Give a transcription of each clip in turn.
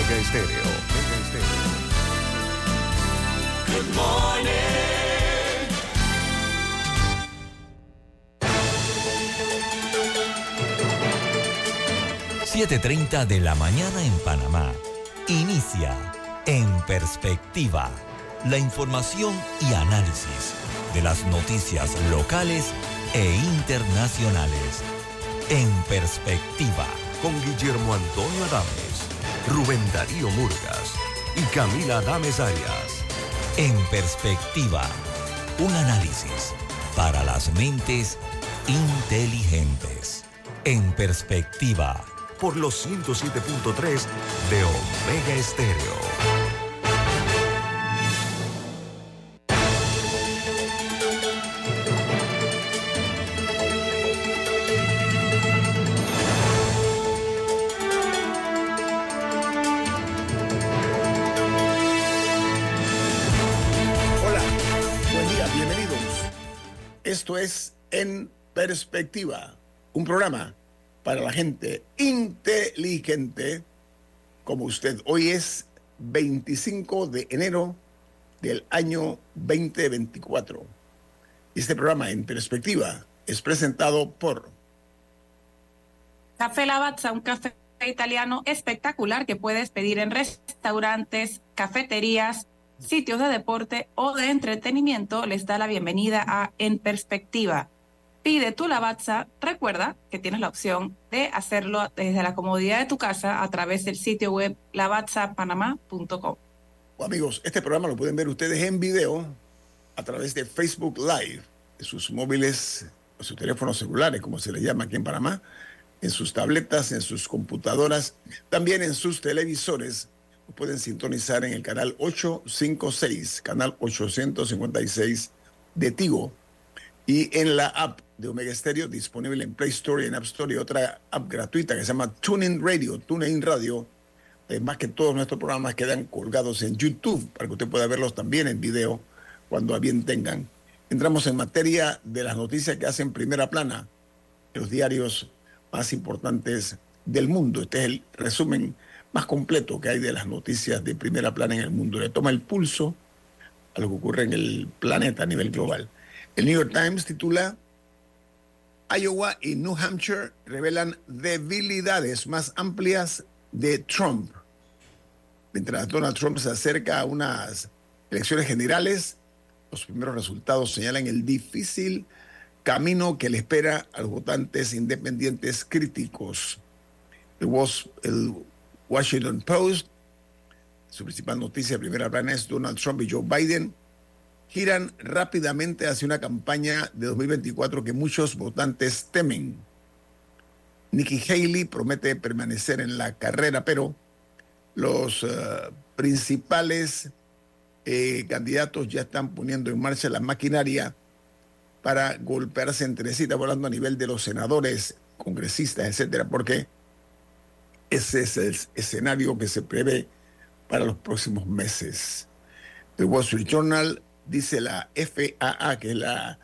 Omega Estéreo. Omega Estéreo. Good morning. 7:30 de la mañana en Panamá. Inicia En Perspectiva, la información y análisis de las noticias locales e internacionales. En Perspectiva, con Guillermo Antonio Adames, Rubén Darío Murgas y Camila Adames Arias. En Perspectiva, un análisis para las mentes inteligentes. En Perspectiva, por los 107.3 de Omega Estéreo. Hola, buen día, bienvenidos. Esto es En Perspectiva, un programa para la gente inteligente como usted. Hoy es 25 de enero del año 2024. Este programa En Perspectiva es presentado por Café Lavazza, un café italiano espectacular que puedes pedir en restaurantes, cafeterías, sitios de deporte o de entretenimiento. Les da la bienvenida a En Perspectiva. Pide tu Lavazza. Recuerda que tienes la opción de hacerlo desde la comodidad de tu casa a través del sitio web lavazzapanamá.com. Amigos, este programa lo pueden ver ustedes en video a través de Facebook Live, de sus móviles, o sus teléfonos celulares, como se les llama aquí en Panamá, en sus tabletas, en sus computadoras, también en sus televisores. Lo pueden sintonizar en el canal 856, canal 856 de Tigo, y en la app de Omega Stereo, disponible en Play Store y en App Store, y otra app gratuita que se llama TuneIn Radio. Además que todos nuestros programas quedan colgados en YouTube para que usted pueda verlos también en video cuando a bien tengan. Entramos en materia de las noticias que hacen primera plana en los diarios más importantes del mundo. Este es el resumen más completo que hay de las noticias de primera plana en el mundo. Le toma el pulso a lo que ocurre en el planeta a nivel global. El New York Times titula: Iowa y New Hampshire revelan debilidades más amplias de Trump. Mientras Donald Trump se acerca a unas elecciones generales, los primeros resultados señalan el difícil camino que le espera a los votantes independientes críticos. El Washington Post, su principal noticia de primera plana es: Donald Trump y Joe Biden giran rápidamente hacia una campaña de 2024 que muchos votantes temen. Nikki Haley promete permanecer en la carrera, pero los principales candidatos ya están poniendo en marcha la maquinaria para golpearse entre sí. Está hablando a nivel de los senadores, congresistas, etcétera, porque ese es el escenario que se prevé para los próximos meses. The Wall Street Journal dice: la FAA, que es la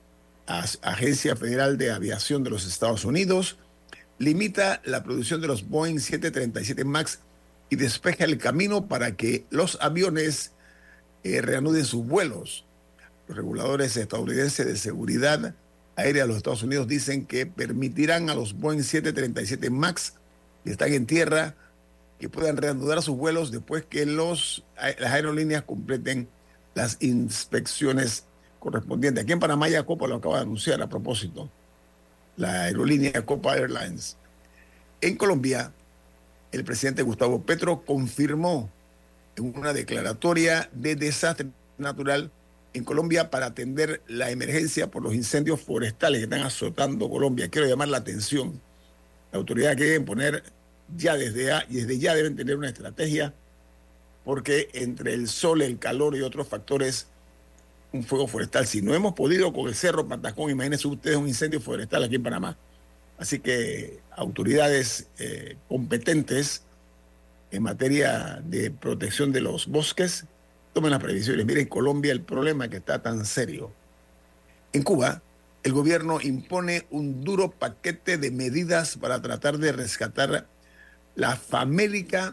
Agencia Federal de Aviación de los Estados Unidos, limita la producción de los Boeing 737 MAX y despeja el camino para que los aviones reanuden sus vuelos. Los reguladores estadounidenses de seguridad aérea de los Estados Unidos dicen que permitirán a los Boeing 737 MAX que están en tierra que puedan reanudar sus vuelos después que las aerolíneas completen las inspecciones correspondientes. Aquí en Panamá ya Copa lo acaba de anunciar a propósito, la aerolínea Copa Airlines. En Colombia, el presidente Gustavo Petro confirmó en una declaratoria de desastre natural en Colombia para atender la emergencia por los incendios forestales que están azotando Colombia. Quiero llamar la atención. La autoridad que deben poner ya desde ya deben tener una estrategia, porque entre el sol, el calor y otros factores, un fuego forestal, si no hemos podido con el Cerro Patacón, imagínense ustedes un incendio forestal aquí en Panamá. Así que autoridades competentes en materia de protección de los bosques, tomen las previsiones. Miren, en Colombia el problema que está tan serio. En Cuba, el gobierno impone un duro paquete de medidas para tratar de rescatar la famélica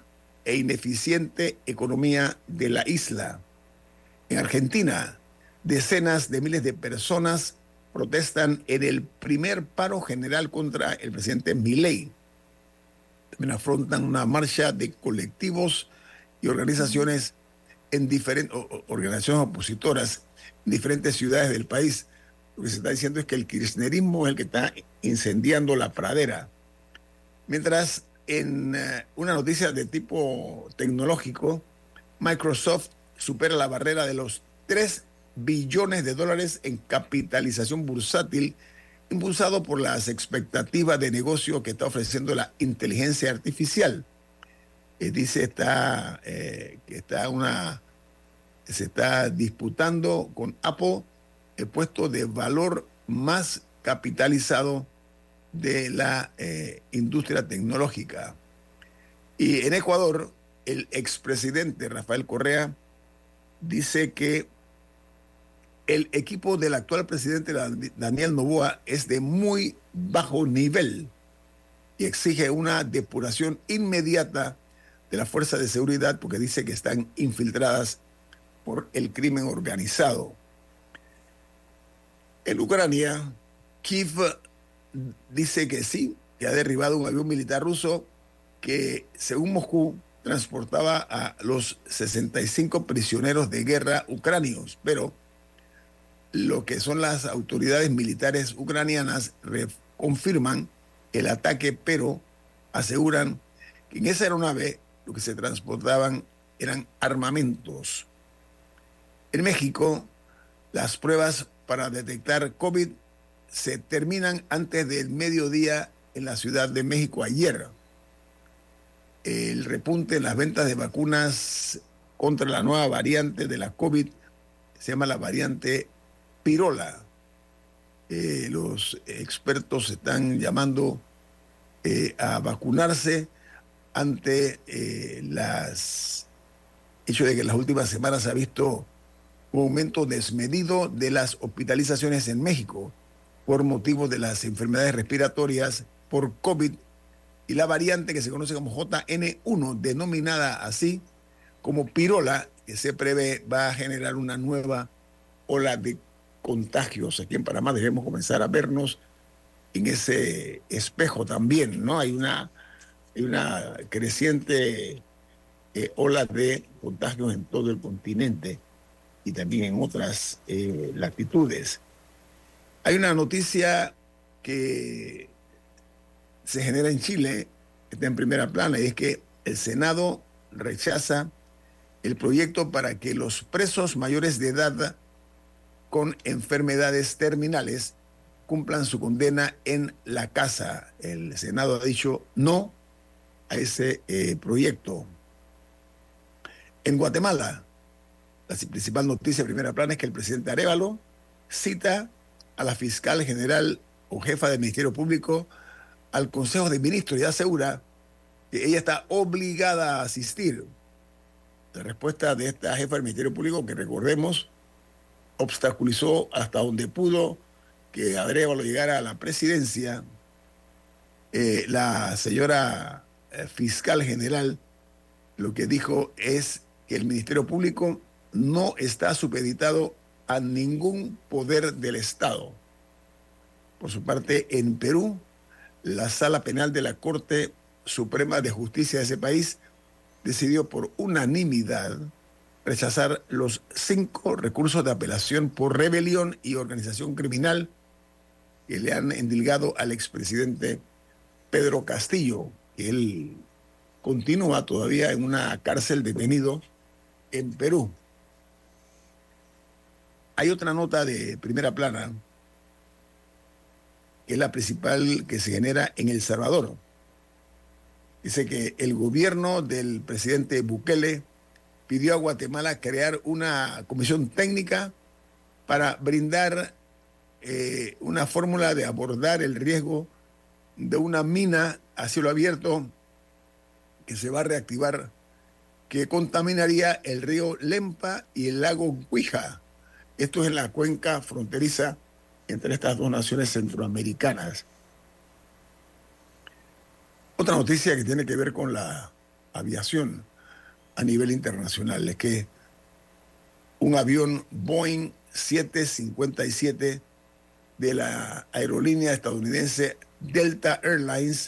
e ineficiente economía de la isla. En Argentina, decenas de miles de personas protestan en el primer paro general contra el presidente Milei. También afrontan una marcha de colectivos y organizaciones en diferentes organizaciones opositoras en diferentes ciudades del país. Lo que se está diciendo es que el kirchnerismo es el que está incendiando la pradera. Mientras, en una noticia de tipo tecnológico, Microsoft supera la barrera de los 3 billones de dólares en capitalización bursátil, impulsado por las expectativas de negocio que está ofreciendo la inteligencia artificial. Dice que se está disputando con Apple el puesto de valor más capitalizado de la industria tecnológica. Y en Ecuador, el expresidente Rafael Correa dice que el equipo del actual presidente Daniel Noboa es de muy bajo nivel y exige una depuración inmediata de las fuerzas de seguridad porque dice que están infiltradas por el crimen organizado. En Ucrania, Kiev dice que sí, que ha derribado un avión militar ruso que, según Moscú, transportaba a los 65 prisioneros de guerra ucranios, pero lo que son las autoridades militares ucranianas confirman el ataque, pero aseguran que en esa aeronave lo que se transportaban eran armamentos. En México, las pruebas para detectar COVID se terminan antes del mediodía en la Ciudad de México ayer. El repunte en las ventas de vacunas contra la nueva variante de la COVID se llama la variante Pirola. Los expertos están llamando a vacunarse ante hecho de que en las últimas semanas se ha visto un aumento desmedido de las hospitalizaciones en México por motivo de las enfermedades respiratorias por COVID y la variante que se conoce como JN1, denominada así como Pirola, que se prevé va a generar una nueva ola de contagios. Aquí en Panamá debemos comenzar a vernos en ese espejo también, ¿no? Hay una creciente ola de contagios en todo el continente y también en otras latitudes. Hay una noticia que se genera en Chile, que está en primera plana, y es que el Senado rechaza el proyecto para que los presos mayores de edad con enfermedades terminales cumplan su condena en la casa. El Senado ha dicho no a ese proyecto. En Guatemala, la principal noticia de primera plana es que el presidente Arévalo cita a la fiscal general o jefa del Ministerio Público al Consejo de Ministros y asegura que ella está obligada a asistir. La respuesta de esta jefa del Ministerio Público, que recordemos, obstaculizó hasta donde pudo que Arévalo llegara a la presidencia, la señora fiscal general lo que dijo es que el Ministerio Público no está supeditado a ningún poder del Estado. Por su parte, en Perú, la Sala Penal de la Corte Suprema de Justicia de ese país decidió por unanimidad rechazar los 5 recursos de apelación por rebelión y organización criminal que le han endilgado al expresidente Pedro Castillo, que él continúa todavía en una cárcel detenido en Perú. Hay otra nota de primera plana, que es la principal que se genera en El Salvador. Dice que el gobierno del presidente Bukele pidió a Guatemala crear una comisión técnica para brindar una fórmula de abordar el riesgo de una mina a cielo abierto que se va a reactivar, que contaminaría el río Lempa y el lago Cuija. Esto es en la cuenca fronteriza entre estas dos naciones centroamericanas. Otra noticia que tiene que ver con la aviación. a nivel internacional. Es que un avión Boeing 757 de la aerolínea estadounidense Delta Airlines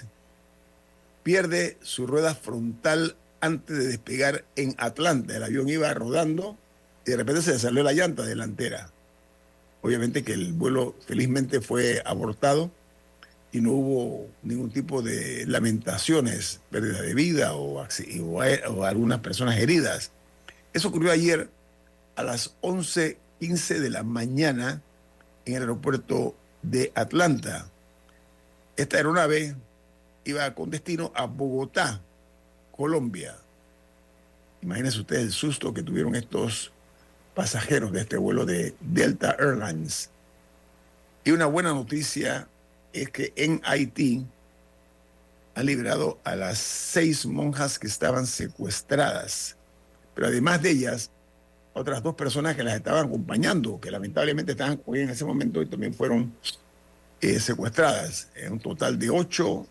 pierde su rueda frontal antes de despegar en Atlanta. El avión iba rodando y de repente se le salió la llanta delantera. Obviamente que el vuelo felizmente fue abortado y no hubo ningún tipo de lamentaciones, pérdida de vida o algunas personas heridas. Eso ocurrió ayer a las 11:15 de la mañana en el aeropuerto de Atlanta. Esta aeronave iba con destino a Bogotá, Colombia. Imagínense ustedes el susto que tuvieron estos pasajeros de este vuelo de Delta Airlines. Y una buena noticia es que en Haití han liberado a las 6 monjas que estaban secuestradas. Pero además de ellas, otras 2 personas que las estaban acompañando, que lamentablemente estaban en ese momento y también fueron secuestradas. Un total de 8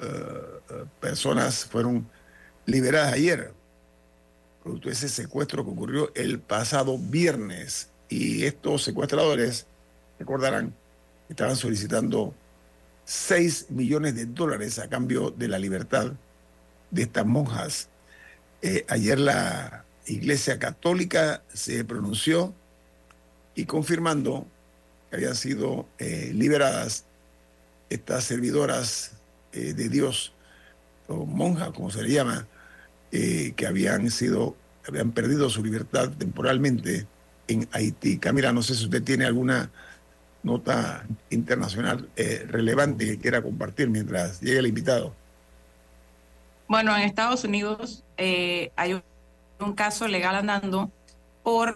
personas fueron liberadas ayer, producto de ese secuestro que ocurrió el pasado viernes. Y estos secuestradores, recordarán, estaban solicitando $6 millones a cambio de la libertad de estas monjas. Ayer la Iglesia Católica se pronunció y confirmando que habían sido liberadas estas servidoras de Dios, o monjas, como se le llama, que habían perdido su libertad temporalmente en Haití. Camila, no sé si usted tiene alguna nota internacional relevante que quiera compartir mientras llegue el invitado. Bueno, en Estados Unidos hay un caso legal andando por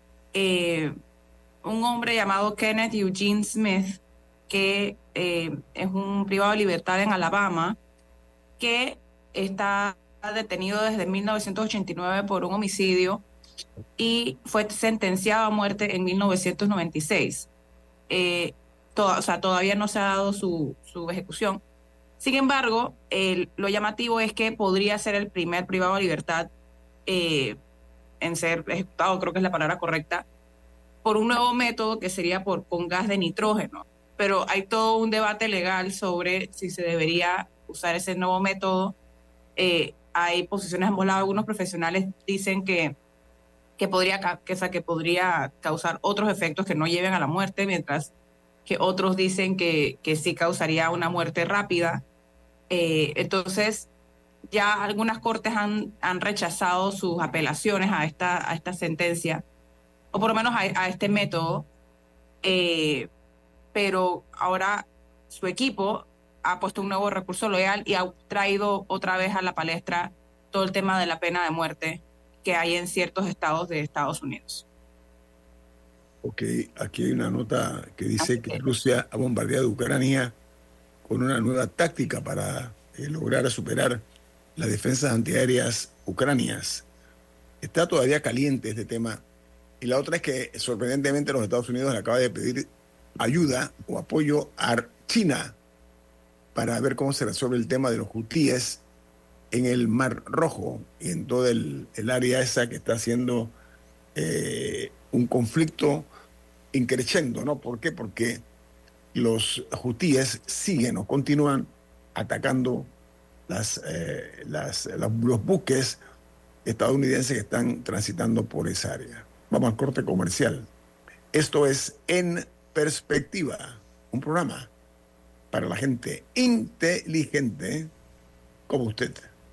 un hombre llamado Kenneth Eugene Smith, que es un privado de libertad en Alabama, que está detenido desde 1989 por un homicidio y fue sentenciado a muerte en 1996. Todavía no se ha dado su ejecución. Sin embargo, lo llamativo es que podría ser el primer privado de libertad en ser ejecutado, creo que es la palabra correcta, por un nuevo método que sería con gas de nitrógeno. Pero hay todo un debate legal sobre si se debería usar ese nuevo método. Hay posiciones ambos lados. Algunos profesionales dicen que podría causar otros efectos que no lleven a la muerte, mientras que otros dicen que sí causaría una muerte rápida. Entonces, ya algunas cortes han rechazado sus apelaciones a esta sentencia, o por lo menos a este método, pero ahora su equipo ha puesto un nuevo recurso legal y ha traído otra vez a la palestra todo el tema de la pena de muerte que hay en ciertos estados de Estados Unidos. Ok, aquí hay una nota que dice que Rusia ha bombardeado Ucrania con una nueva táctica para lograr superar las defensas antiaéreas ucranianas. Está todavía caliente este tema. Y la otra es que, sorprendentemente, los Estados Unidos le acaba de pedir ayuda o apoyo a China para ver cómo se resuelve el tema de los hutíes en el Mar Rojo y en todo el área esa que está haciendo un conflicto increciendo, ¿no? ¿Por qué? Porque los hutíes siguen o continúan atacando los buques estadounidenses que están transitando por esa área. Vamos al corte comercial. Esto es En Perspectiva, un programa para la gente inteligente como usted.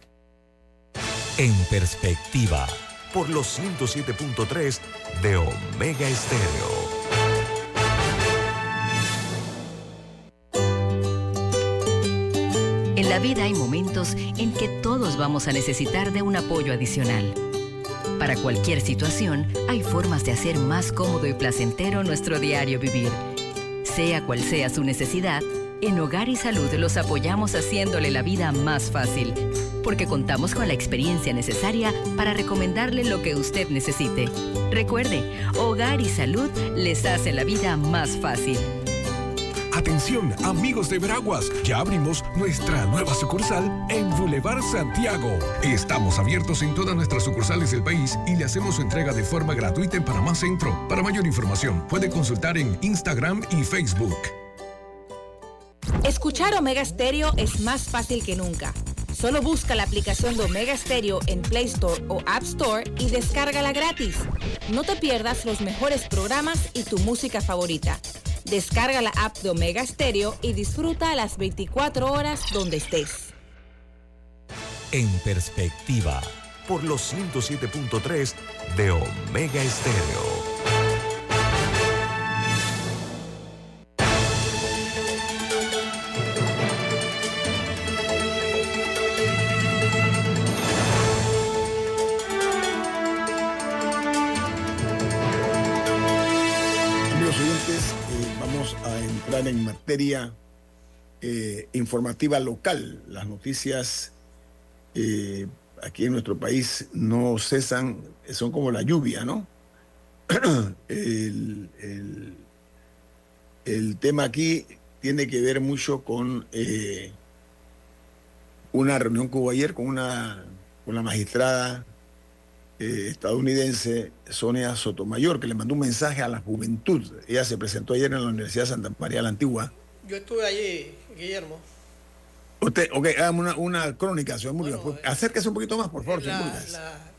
En Perspectiva, por los 107.3 de Omega Estéreo. En la vida hay momentos en que todos vamos a necesitar de un apoyo adicional. Para cualquier situación, hay formas de hacer más cómodo y placentero nuestro diario vivir. Sea cual sea su necesidad, en Hogar y Salud los apoyamos haciéndole la vida más fácil, porque contamos con la experiencia necesaria para recomendarle lo que usted necesite. Recuerde, Hogar y Salud les hace la vida más fácil. Atención, amigos de Veraguas, ya abrimos nuestra nueva sucursal en Boulevard Santiago. Estamos abiertos en todas nuestras sucursales del país y le hacemos su entrega de forma gratuita en Panamá Centro. Para mayor información, puede consultar en Instagram y Facebook. Escuchar Omega Stereo es más fácil que nunca. Solo busca la aplicación de Omega Stereo en Play Store o App Store y descárgala gratis. No te pierdas los mejores programas y tu música favorita. Descarga la app de Omega Stereo y disfruta las 24 horas donde estés. En perspectiva, por los 107.3 de Omega Estéreo. En materia informativa local, las noticias aquí en nuestro país no cesan, son como la lluvia, ¿no? El tema aquí tiene que ver mucho con una reunión que hubo ayer con la magistrada estadounidense Sonia Sotomayor, que le mandó un mensaje a la juventud. Ella se presentó ayer en la Universidad de Santa María la Antigua. Yo estuve allí, Guillermo. Usted, ok, hagamos una crónica, señor Murgas. Bueno, acérquese un poquito más, por favor, señor Murgas.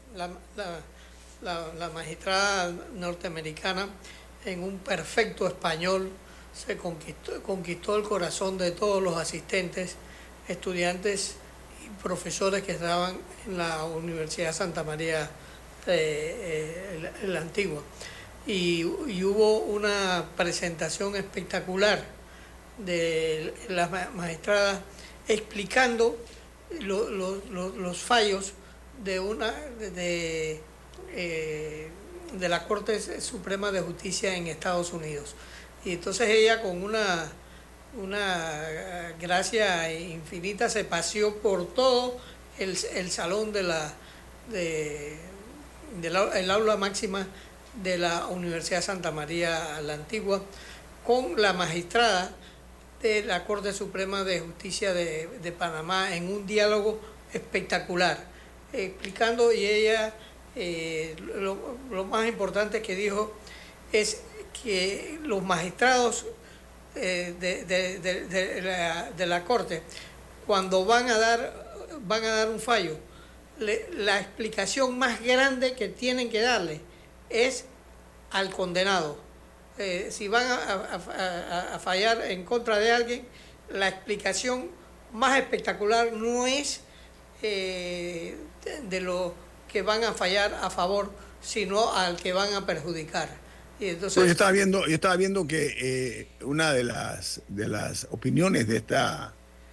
La magistrada norteamericana, en un perfecto español, se conquistó el corazón de todos los asistentes, estudiantes y profesores que estaban en la Universidad de Santa María la Antigua. Y hubo una presentación espectacular de las magistradas explicando los fallos de la Corte Suprema de Justicia en Estados Unidos. Y entonces ella, con una gracia infinita, se paseó por todo el salón el aula máxima de la Universidad de Santa María la Antigua, con la magistrada de la Corte Suprema de Justicia de Panamá, en un diálogo espectacular, explicando, y ella lo más importante que dijo es que los magistrados de la Corte, cuando van a dar un fallo, la explicación más grande que tienen que darle es al condenado. Si van a fallar en contra de alguien, la explicación más espectacular no es de lo que van a fallar a favor, sino al que van a perjudicar. Y entonces, yo estaba viendo que una de las opiniones de esta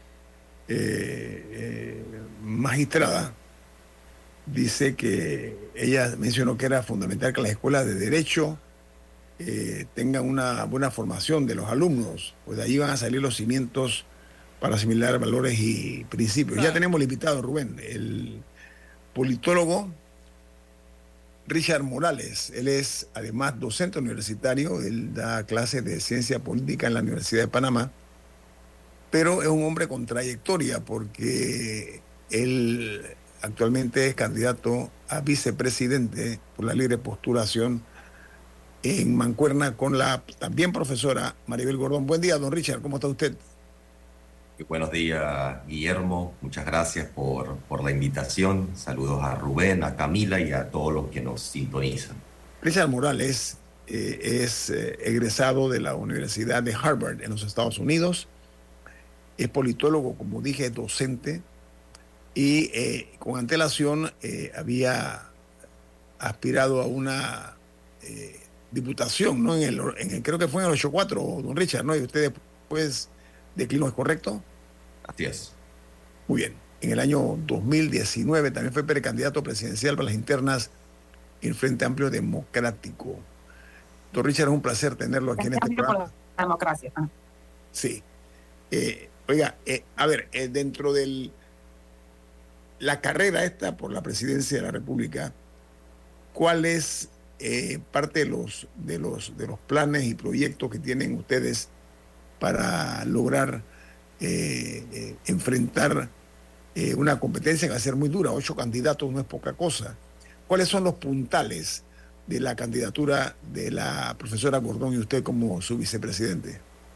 magistrada dice que ella mencionó que era fundamental que las escuelas de derecho tengan una buena formación de los alumnos, pues de ahí van a salir los cimientos para asimilar valores y principios. Claro. Ya tenemos el invitado, Rubén, el politólogo Richard Morales. Él es además docente universitario, él da clases de ciencia política en la Universidad de Panamá, pero es un hombre con trayectoria porque él actualmente es candidato a vicepresidente por la libre postulación en mancuerna con la también profesora Maribel Gordón. Buen día, don Richard, ¿cómo está usted? Buenos días, Guillermo. Muchas gracias por la invitación. Saludos a Rubén, a Camila y a todos los que nos sintonizan. Richard Morales es egresado de la Universidad de Harvard en los Estados Unidos. Es politólogo, como dije, docente, y con antelación había aspirado a una diputación, ¿no? Creo que fue en el 84, don Richard, ¿no? Y usted después declinó, ¿es correcto? Así es. Muy bien. En el año 2019 también fue precandidato presidencial para las internas en el Frente Amplio Democrático. Don Richard, es un placer tenerlo aquí en este programa. Por la democracia. Sí. Oiga, a ver, dentro de la carrera esta por la presidencia de la República, ¿cuál es parte de los planes y proyectos que tienen ustedes para lograr enfrentar una competencia que va a ser muy dura. 8 candidatos no es poca cosa. ¿Cuáles son los puntales de la candidatura de la profesora Gordón y usted como su vicepresidente?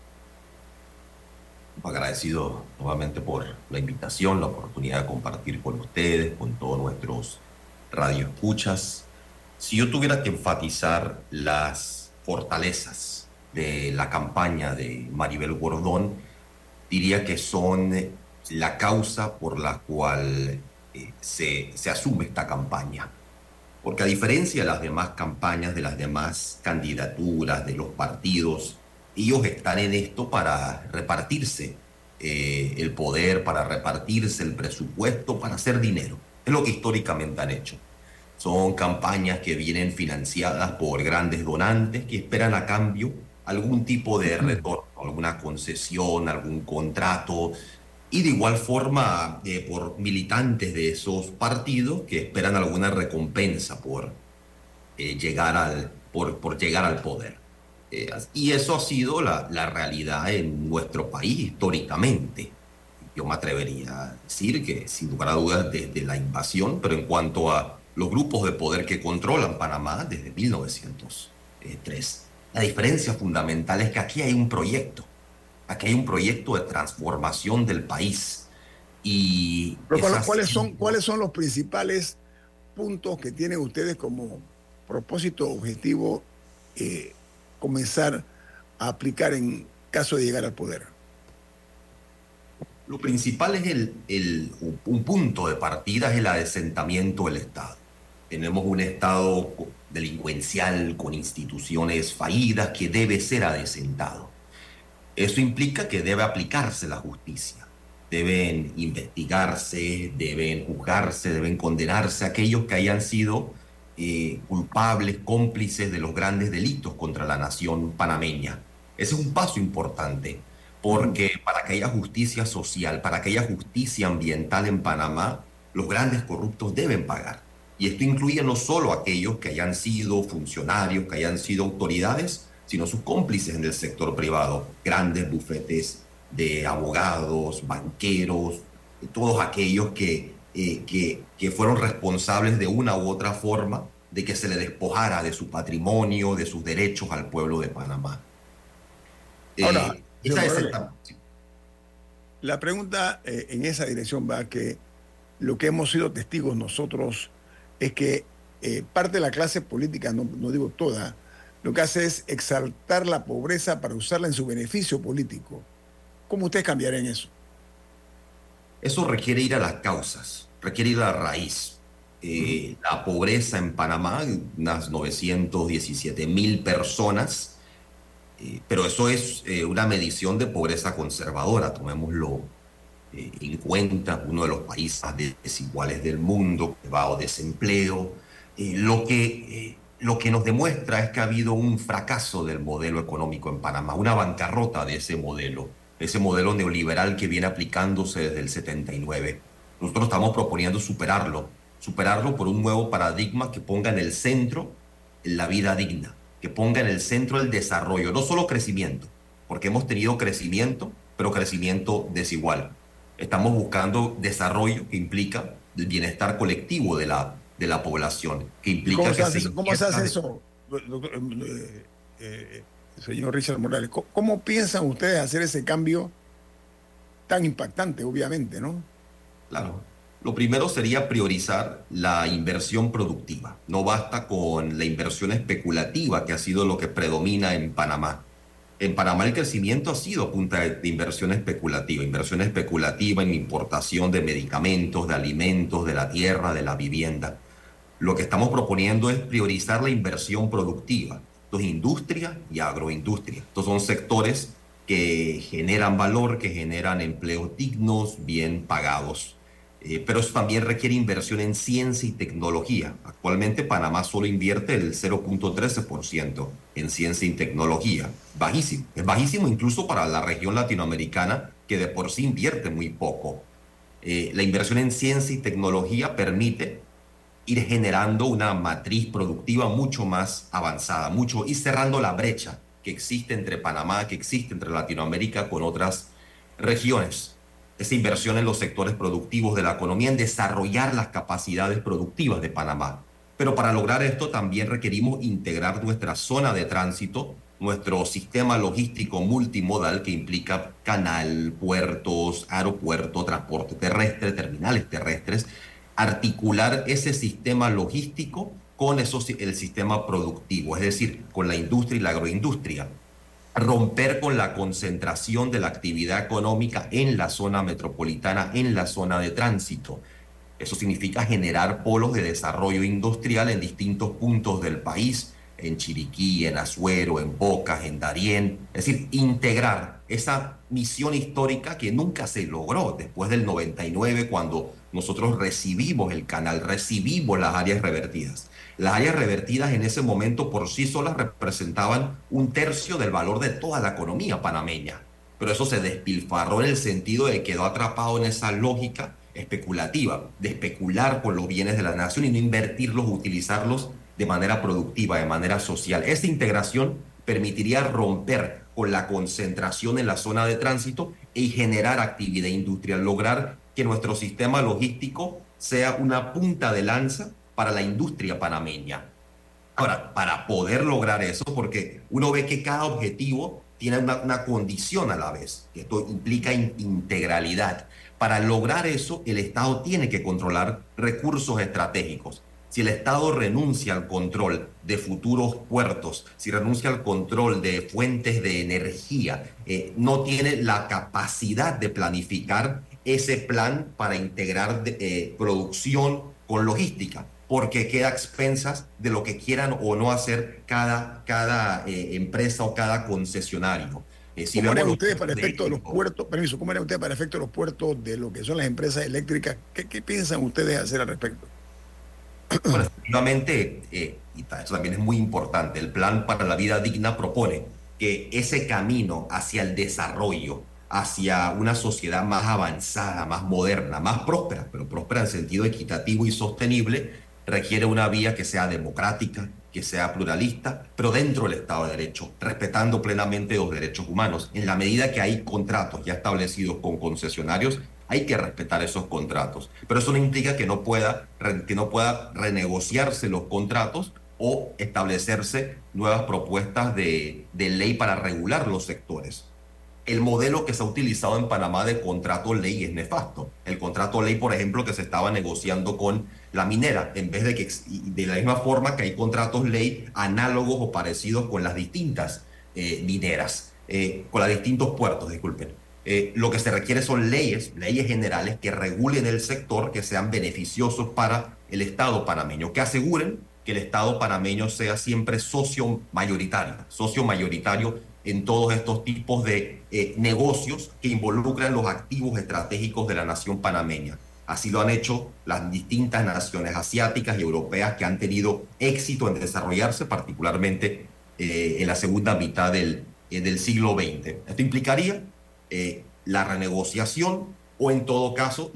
Agradecido nuevamente por la invitación, la oportunidad de compartir con ustedes, con todos nuestros radioescuchas. Si yo tuviera que enfatizar las fortalezas de la campaña de Maribel Gordón, diría que son la causa por la cual se asume esta campaña. Porque a diferencia de las demás campañas, de las demás candidaturas, de los partidos, ellos están en esto para repartirse el poder, para repartirse el presupuesto, para hacer dinero. Es lo que históricamente han hecho. Son campañas que vienen financiadas por grandes donantes que esperan a cambio algún tipo de retorno, alguna concesión, algún contrato, y de igual forma por militantes de esos partidos que esperan alguna recompensa por llegar al poder. Y eso ha sido la realidad en nuestro país históricamente. Yo me atrevería a decir que, sin lugar a dudas, desde la invasión, pero en cuanto a los grupos de poder que controlan Panamá desde 1903. La diferencia fundamental es que aquí hay un proyecto. Aquí hay un proyecto de transformación del país. Y ¿cuáles son los principales puntos que tienen ustedes como propósito objetivo comenzar a aplicar en caso de llegar al poder? Lo principal es un punto de partida es el adesentamiento del Estado. Tenemos un Estado delincuencial con instituciones fallidas que debe ser adesentado. Eso implica que debe aplicarse la justicia. Deben investigarse, deben juzgarse, deben condenarse aquellos que hayan sido culpables, cómplices de los grandes delitos contra la nación panameña. Ese es un paso importante, porque para que haya justicia social, para que haya justicia ambiental en Panamá, los grandes corruptos deben pagar. Y esto incluye no solo aquellos que hayan sido funcionarios, que hayan sido autoridades, sino sus cómplices en el sector privado, grandes bufetes de abogados, banqueros, todos aquellos que fueron responsables de una u otra forma de que se le despojara de su patrimonio, de sus derechos al pueblo de Panamá. Ahora, la pregunta en esa dirección va que lo que hemos sido testigos nosotros es que parte de la clase política, no digo toda, lo que hace es exaltar la pobreza para usarla en su beneficio político. ¿Cómo ustedes cambiarían eso? Eso requiere ir a las causas, requiere ir a la raíz. La pobreza en Panamá, unas 917,000 personas, pero eso es una medición de pobreza conservadora, tomémoslo en cuenta, uno de los países más desiguales del mundo, elevado desempleo. Lo que nos demuestra es que ha habido un fracaso del modelo económico en Panamá, una bancarrota de ese modelo neoliberal que viene aplicándose desde el 79. Nosotros estamos proponiendo superarlo por un nuevo paradigma que ponga en el centro la vida digna, que ponga en el centro el desarrollo, no solo crecimiento, porque hemos tenido crecimiento, pero crecimiento desigual. Estamos buscando desarrollo que implica el bienestar colectivo de la población, que implica ¿Cómo se hace eso, señor Richard Morales? ¿Cómo piensan ustedes hacer ese cambio tan impactante, obviamente, no? Claro. Lo primero sería priorizar la inversión productiva. No basta con la inversión especulativa, que ha sido lo que predomina en Panamá. En Panamá el crecimiento ha sido a punta de inversión especulativa en importación de medicamentos, de alimentos, de la tierra, de la vivienda. Lo que estamos proponiendo es priorizar la inversión productiva. Esto es industria y agroindustria. Estos son sectores que generan valor, que generan empleos dignos, bien pagados. Pero eso también requiere inversión en ciencia y tecnología. Actualmente Panamá solo invierte el 0.13% en ciencia y tecnología. Bajísimo. Es bajísimo incluso para la región latinoamericana, que de por sí invierte muy poco. La inversión en ciencia y tecnología permite ir generando una matriz productiva mucho más avanzada, y cerrando la brecha que existe entre Panamá, que existe entre Latinoamérica con otras regiones. Esa inversión en los sectores productivos de la economía, en desarrollar las capacidades productivas de Panamá. Pero para lograr esto también requerimos integrar nuestra zona de tránsito, nuestro sistema logístico multimodal que implica canal, puertos, aeropuerto, transporte terrestre, terminales terrestres, articular ese sistema logístico con el sistema productivo, es decir, con la industria y la agroindustria. Romper con la concentración de la actividad económica en la zona metropolitana, en la zona de tránsito. Eso significa generar polos de desarrollo industrial en distintos puntos del país, en Chiriquí, en Azuero, en Bocas, en Darién. Es decir, integrar esa misión histórica que nunca se logró después del 99, cuando nosotros recibimos el canal, recibimos las áreas revertidas. Las áreas revertidas en ese momento por sí solas representaban 1/3 del valor de toda la economía panameña. Pero eso se despilfarró en el sentido de que quedó atrapado en esa lógica especulativa, de especular con los bienes de la nación y no invertirlos, utilizarlos de manera productiva, de manera social. Esta integración permitiría romper con la concentración en la zona de tránsito y generar actividad industrial, lograr que nuestro sistema logístico sea una punta de lanza para la industria panameña. Ahora, para poder lograr eso, porque uno ve que cada objetivo tiene una condición a la vez, que esto implica integralidad. Para lograr eso, el Estado tiene que controlar recursos estratégicos. Si el Estado renuncia al control de futuros puertos, si renuncia al control de fuentes de energía, no tiene la capacidad de planificar ese plan para integrar producción con logística, porque queda a expensas de lo que quieran o no hacer cada empresa o cada concesionario. ¿Cómo harían ustedes para efecto de los puertos? Permiso, ¿cómo harían ustedes para efecto de los puertos de lo que son las empresas eléctricas? ¿Qué piensan ustedes hacer al respecto? Bueno, efectivamente, y esto también es muy importante, el Plan para la Vida Digna propone que ese camino hacia el desarrollo, hacia una sociedad más avanzada, más moderna, más próspera, pero próspera en sentido equitativo y sostenible, requiere una vía que sea democrática, que sea pluralista, pero dentro del Estado de Derecho, respetando plenamente los derechos humanos. En la medida que hay contratos ya establecidos con concesionarios, hay que respetar esos contratos. Pero eso no implica que no pueda renegociarse los contratos o establecerse nuevas propuestas de ley para regular los sectores. El modelo que se ha utilizado en Panamá de contrato ley es nefasto. El contrato ley, por ejemplo, que se estaba negociando con la minera, en vez de que, de la misma forma que hay contratos ley análogos o parecidos con las distintas mineras, con los distintos puertos, disculpen. Lo que se requiere son leyes generales que regulen el sector, que sean beneficiosos para el Estado panameño, que aseguren que el Estado panameño sea siempre socio mayoritario en todos estos tipos de negocios que involucran los activos estratégicos de la nación panameña. Así lo han hecho las distintas naciones asiáticas y europeas que han tenido éxito en desarrollarse, particularmente en la segunda mitad del siglo XX. Esto implicaría la renegociación o en todo caso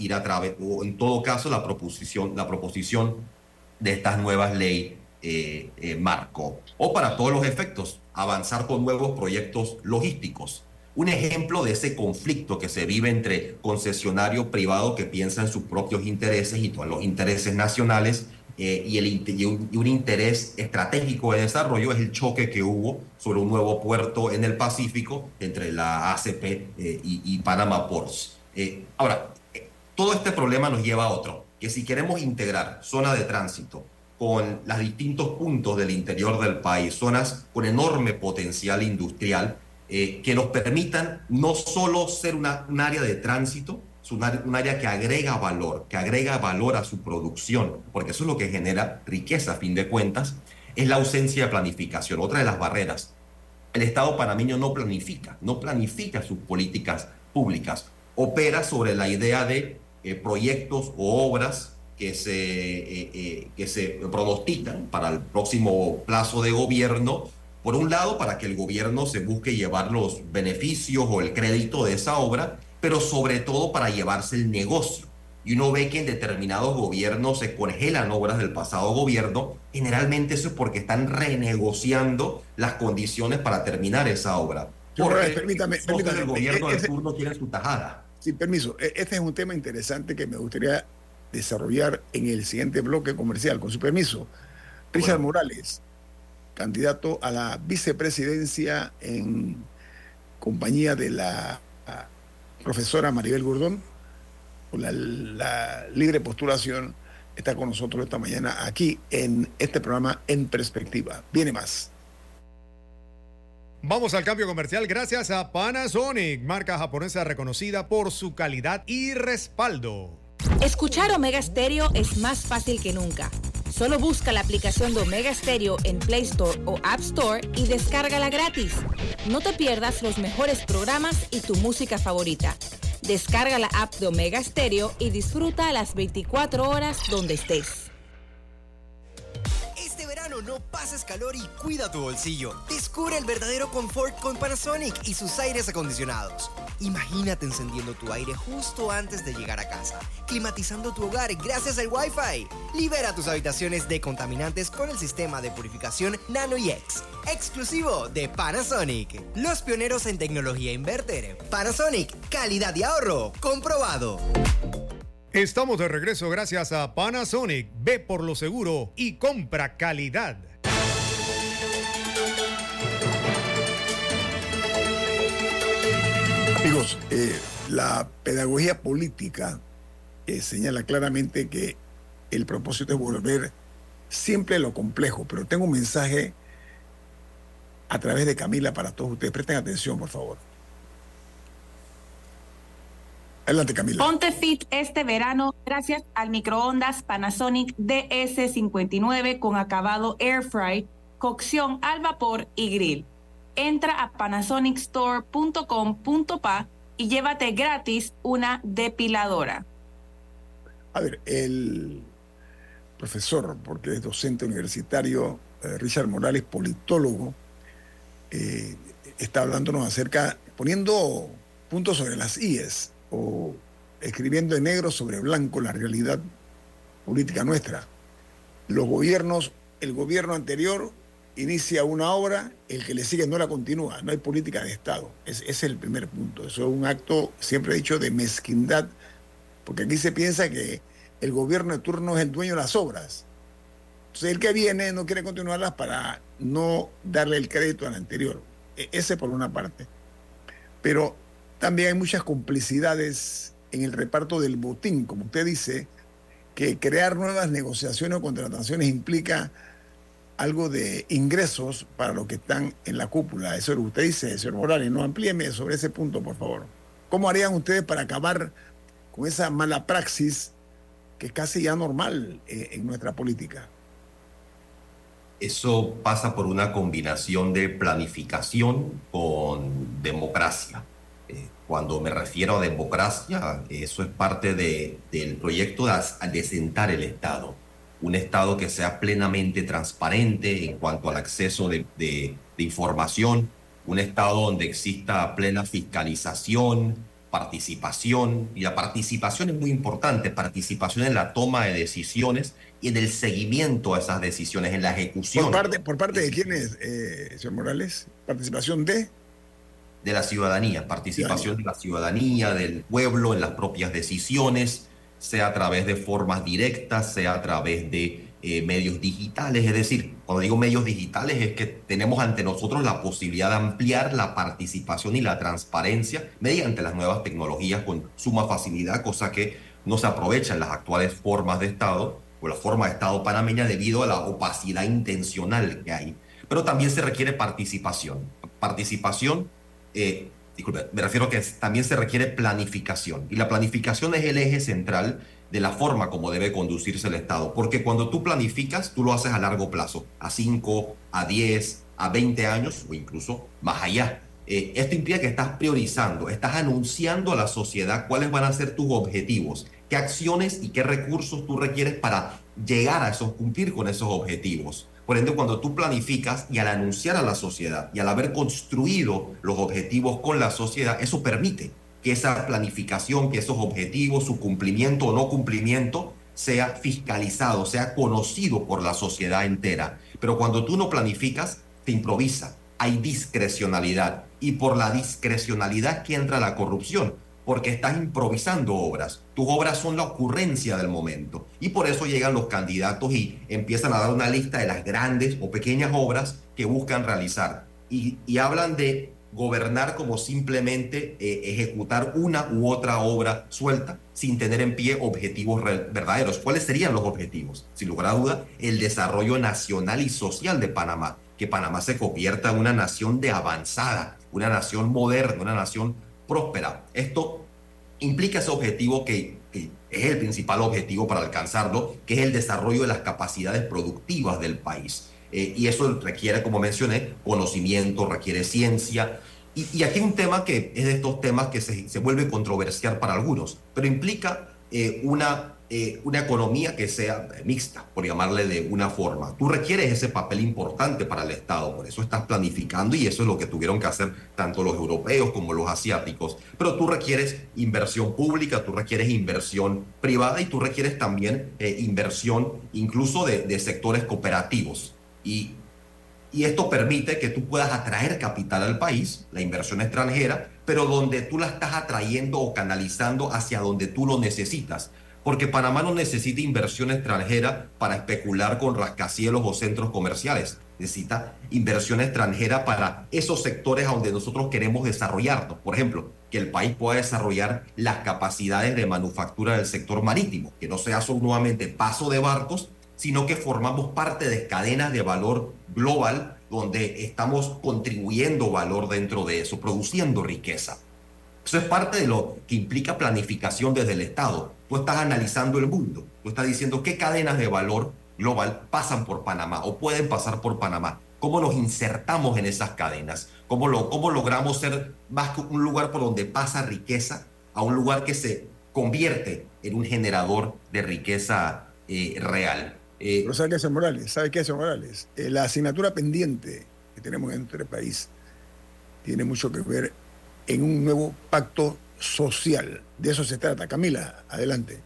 la proposición de estas nuevas leyes marco, o para todos los efectos avanzar con nuevos proyectos logísticos. Un ejemplo de ese conflicto que se vive entre concesionario privado que piensa en sus propios intereses y todos los intereses nacionales y un interés estratégico de desarrollo es el choque que hubo sobre un nuevo puerto en el Pacífico entre la ACP y Panama Ports. Ahora, todo este problema nos lleva a otro, que si queremos integrar zona de tránsito con los distintos puntos del interior del país, zonas con enorme potencial industrial, que nos permitan no solo ser un área de tránsito, un área que agrega valor a su producción, porque eso es lo que genera riqueza a fin de cuentas, es la ausencia de planificación. Otra de las barreras, el Estado panameño no planifica sus políticas públicas, opera sobre la idea de proyectos o obras que se pronostican para el próximo plazo de gobierno, por un lado para que el gobierno se busque llevar los beneficios o el crédito de esa obra, pero sobre todo para llevarse el negocio. y uno ve que en determinados gobiernos se congelan obras del pasado gobierno, generalmente eso es porque están renegociando las condiciones para terminar esa obra. Porque permítame, el gobierno del turno tiene su tajada. Sin permiso, este es un tema interesante que me gustaría desarrollar en el siguiente bloque comercial, con su permiso. Richard Morales, candidato a la vicepresidencia en compañía de la profesora Maribel Gurdón, por la libre postulación, está con nosotros esta mañana aquí en este programa En Perspectiva. Viene más. Vamos al cambio comercial gracias a Panasonic, marca japonesa reconocida por su calidad y respaldo. Escuchar Omega Stereo es más fácil que nunca. Solo busca la aplicación de Omega Stereo en Play Store o App Store y descárgala gratis. No te pierdas los mejores programas y tu música favorita. Descarga la app de Omega Stereo y disfruta a las 24 horas donde estés. Este verano no pases calor y cuida tu bolsillo. Descubre el verdadero confort con Panasonic y sus aires acondicionados. Imagínate encendiendo tu aire justo antes de llegar a casa, climatizando tu hogar gracias al Wi-Fi. Libera tus habitaciones de contaminantes con el sistema de purificación Nano-EX, exclusivo de Panasonic. Los pioneros en tecnología inverter. Panasonic, calidad y ahorro comprobado. Estamos de regreso gracias a Panasonic. Ve por lo seguro y compra calidad. Amigos, la pedagogía política señala claramente que el propósito es volver siempre lo complejo, pero tengo un mensaje a través de Camila para todos ustedes. Presten atención, por favor. Adelante, Camila. Ponte fit este verano gracias al microondas Panasonic DS59 con acabado Air Fry, cocción al vapor y grill. Entra a panasonicstore.com.pa y llévate gratis una depiladora. A ver, el profesor, porque es docente universitario, Richard Morales, politólogo, está hablándonos acerca, poniendo puntos sobre las IES, o escribiendo en negro sobre blanco la realidad política nuestra. Los gobiernos, el gobierno anterior inicia una obra, el que le sigue no la continúa, no hay política de Estado. Ese es el primer punto. Eso es un acto, siempre he dicho, de mezquindad, porque aquí se piensa que el gobierno de turno es el dueño de las obras. Entonces el que viene no quiere continuarlas para no darle el crédito al anterior. Ese por una parte. Pero también hay muchas complicidades en el reparto del botín. Como usted dice, que crear nuevas negociaciones o contrataciones implica algo de ingresos para los que están en la cúpula. Eso es lo que usted dice, señor Morales. No, amplíeme sobre ese punto, por favor. ¿Cómo harían ustedes para acabar con esa mala praxis que es casi ya normal en nuestra política? Eso pasa por una combinación de planificación con democracia. Cuando me refiero a democracia, eso es parte del proyecto de sentar el Estado. Un Estado que sea plenamente transparente en cuanto al acceso de información, un Estado donde exista plena fiscalización, participación, y la participación es muy importante, participación en la toma de decisiones y en el seguimiento a esas decisiones, en la ejecución. ¿Por parte de quiénes, señor Morales? ¿Participación de la ciudadanía, participación de la ciudadanía, del pueblo en las propias decisiones, sea a través de formas directas, sea a través de medios digitales? Es decir, cuando digo medios digitales es que tenemos ante nosotros la posibilidad de ampliar la participación y la transparencia mediante las nuevas tecnologías con suma facilidad, cosa que no se aprovecha en las actuales formas de Estado o la forma de Estado panameña debido a la opacidad intencional que hay. Pero también se requiere participación. Disculpe, me refiero a que también se requiere planificación. Y la planificación es el eje central de la forma como debe conducirse el Estado. Porque cuando tú planificas, tú lo haces a largo plazo, a 5, a 10, a 20 años o incluso más allá. Esto implica que estás priorizando, estás anunciando a la sociedad cuáles van a ser tus objetivos, qué acciones y qué recursos tú requieres para llegar a cumplir con esos objetivos. Por ende, cuando tú planificas y al anunciar a la sociedad y al haber construido los objetivos con la sociedad, eso permite que esa planificación, que esos objetivos, su cumplimiento o no cumplimiento, sea fiscalizado, sea conocido por la sociedad entera. Pero cuando tú no planificas, te improvisa, hay discrecionalidad. Y por la discrecionalidad que entra la corrupción, porque estás improvisando obras. Tus obras son la ocurrencia del momento. Y por eso llegan los candidatos y empiezan a dar una lista de las grandes o pequeñas obras que buscan realizar. Y hablan de gobernar como simplemente ejecutar una u otra obra suelta sin tener en pie objetivos verdaderos. ¿Cuáles serían los objetivos? Sin lugar a duda, el desarrollo nacional y social de Panamá, que Panamá se convierta en una nación de avanzada, una nación moderna, una nación próspera. Esto implica ese objetivo que es el principal objetivo para alcanzarlo, que es el desarrollo de las capacidades productivas del país. Y eso requiere, como mencioné, conocimiento, requiere ciencia. Y aquí hay un tema que es de estos temas que se vuelve controversial para algunos, pero implica una economía que sea mixta, por llamarle de una forma. Tú requieres ese papel importante para el Estado, por eso estás planificando y eso es lo que tuvieron que hacer tanto los europeos como los asiáticos. Pero tú requieres inversión pública, tú requieres inversión privada y tú requieres también inversión incluso de sectores cooperativos. Y esto permite que tú puedas atraer capital al país, la inversión extranjera, pero donde tú la estás atrayendo o canalizando hacia donde tú lo necesitas. Porque Panamá no necesita inversión extranjera para especular con rascacielos o centros comerciales. Necesita inversión extranjera para esos sectores a donde nosotros queremos desarrollarnos. Por ejemplo, que el país pueda desarrollar las capacidades de manufactura del sector marítimo, que no sea solo nuevamente paso de barcos, sino que formamos parte de cadenas de valor global donde estamos contribuyendo valor dentro de eso, produciendo riqueza. Eso es parte de lo que implica planificación desde el Estado. Tú estás analizando el mundo, tú estás diciendo qué cadenas de valor global pasan por Panamá o pueden pasar por Panamá. ¿Cómo nos insertamos en esas cadenas? ¿Cómo logramos ser más que un lugar por donde pasa riqueza a un lugar que se convierte en un generador de riqueza real? Pero ¿sabe qué hace Morales? ¿Sabe qué hace Morales? La asignatura pendiente que tenemos en nuestro país tiene mucho que ver en un nuevo pacto social. De eso se trata. Camila, adelante.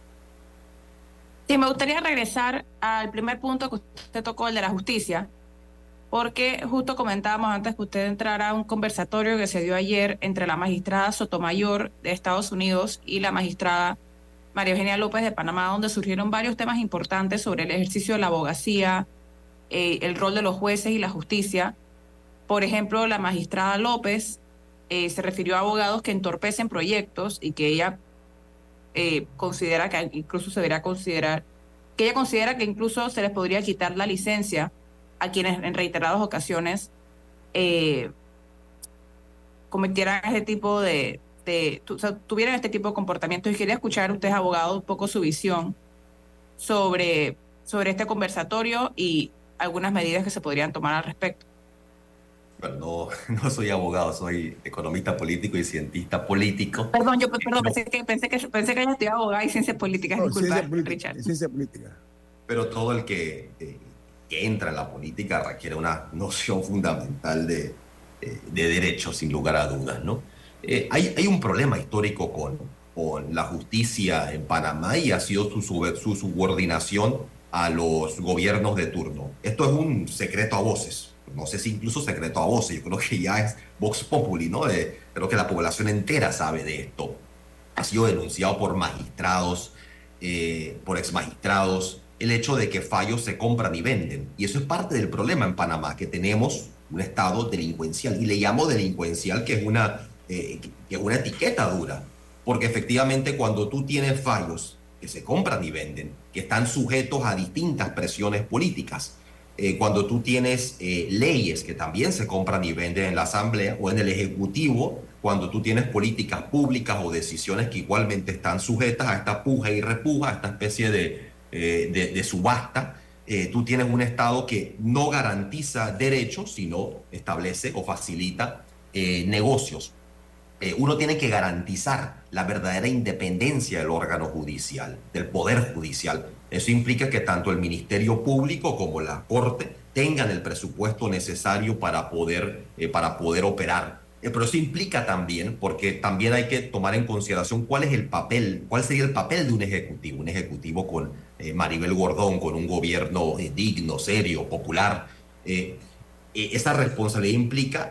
Sí, me gustaría regresar al primer punto que usted tocó, el de la justicia, porque justo comentábamos antes que usted entrara a un conversatorio que se dio ayer entre la magistrada Sotomayor de Estados Unidos y la magistrada María Eugenia López de Panamá, donde surgieron varios temas importantes sobre el ejercicio de la abogacía, el rol de los jueces y la justicia. Por ejemplo, la magistrada López se refirió a abogados que entorpecen proyectos y que ella considera que incluso se debería considerar, que ella considera que incluso se les podría quitar la licencia a quienes en reiteradas ocasiones cometieran este tipo tuvieran este tipo de comportamientos. Y quería escuchar usted, abogado, un poco su visión sobre este conversatorio y algunas medidas que se podrían tomar al respecto. Bueno, no soy abogado, soy economista político y cientista político. Perdón, pensé que ella estudiaba abogada y ciencias políticas. No, disculpa, Richard. Ciencia política. Pero todo el que entra en la política requiere una noción fundamental de derecho, sin lugar a dudas, ¿no? Hay un problema histórico con la justicia en Panamá y ha sido su subordinación a los gobiernos de turno. Esto es un secreto a voces. No sé si incluso secreto a voces, yo creo que ya es Vox Populi, ¿no? Creo que la población entera sabe de esto. Ha sido denunciado por magistrados, por exmagistrados, el hecho de que fallos se compran y venden. Y eso es parte del problema en Panamá, que tenemos un estado delincuencial. Y le llamo delincuencial, que es una etiqueta dura. Porque efectivamente cuando tú tienes fallos que se compran y venden, que están sujetos a distintas presiones políticas, cuando tú tienes leyes que también se compran y venden en la Asamblea o en el Ejecutivo, cuando tú tienes políticas públicas o decisiones que igualmente están sujetas a esta puja y repuja, a esta especie de subasta, tú tienes un Estado que no garantiza derechos, sino establece o facilita negocios. Uno tiene que garantizar la verdadera independencia del órgano judicial, del poder judicial. Eso implica que tanto el Ministerio Público como la Corte tengan el presupuesto necesario para poder operar. Pero eso implica también, porque también hay que tomar en consideración cuál sería el papel de un ejecutivo con Maribel Gordón, con un gobierno digno, serio, popular. Esa responsabilidad implica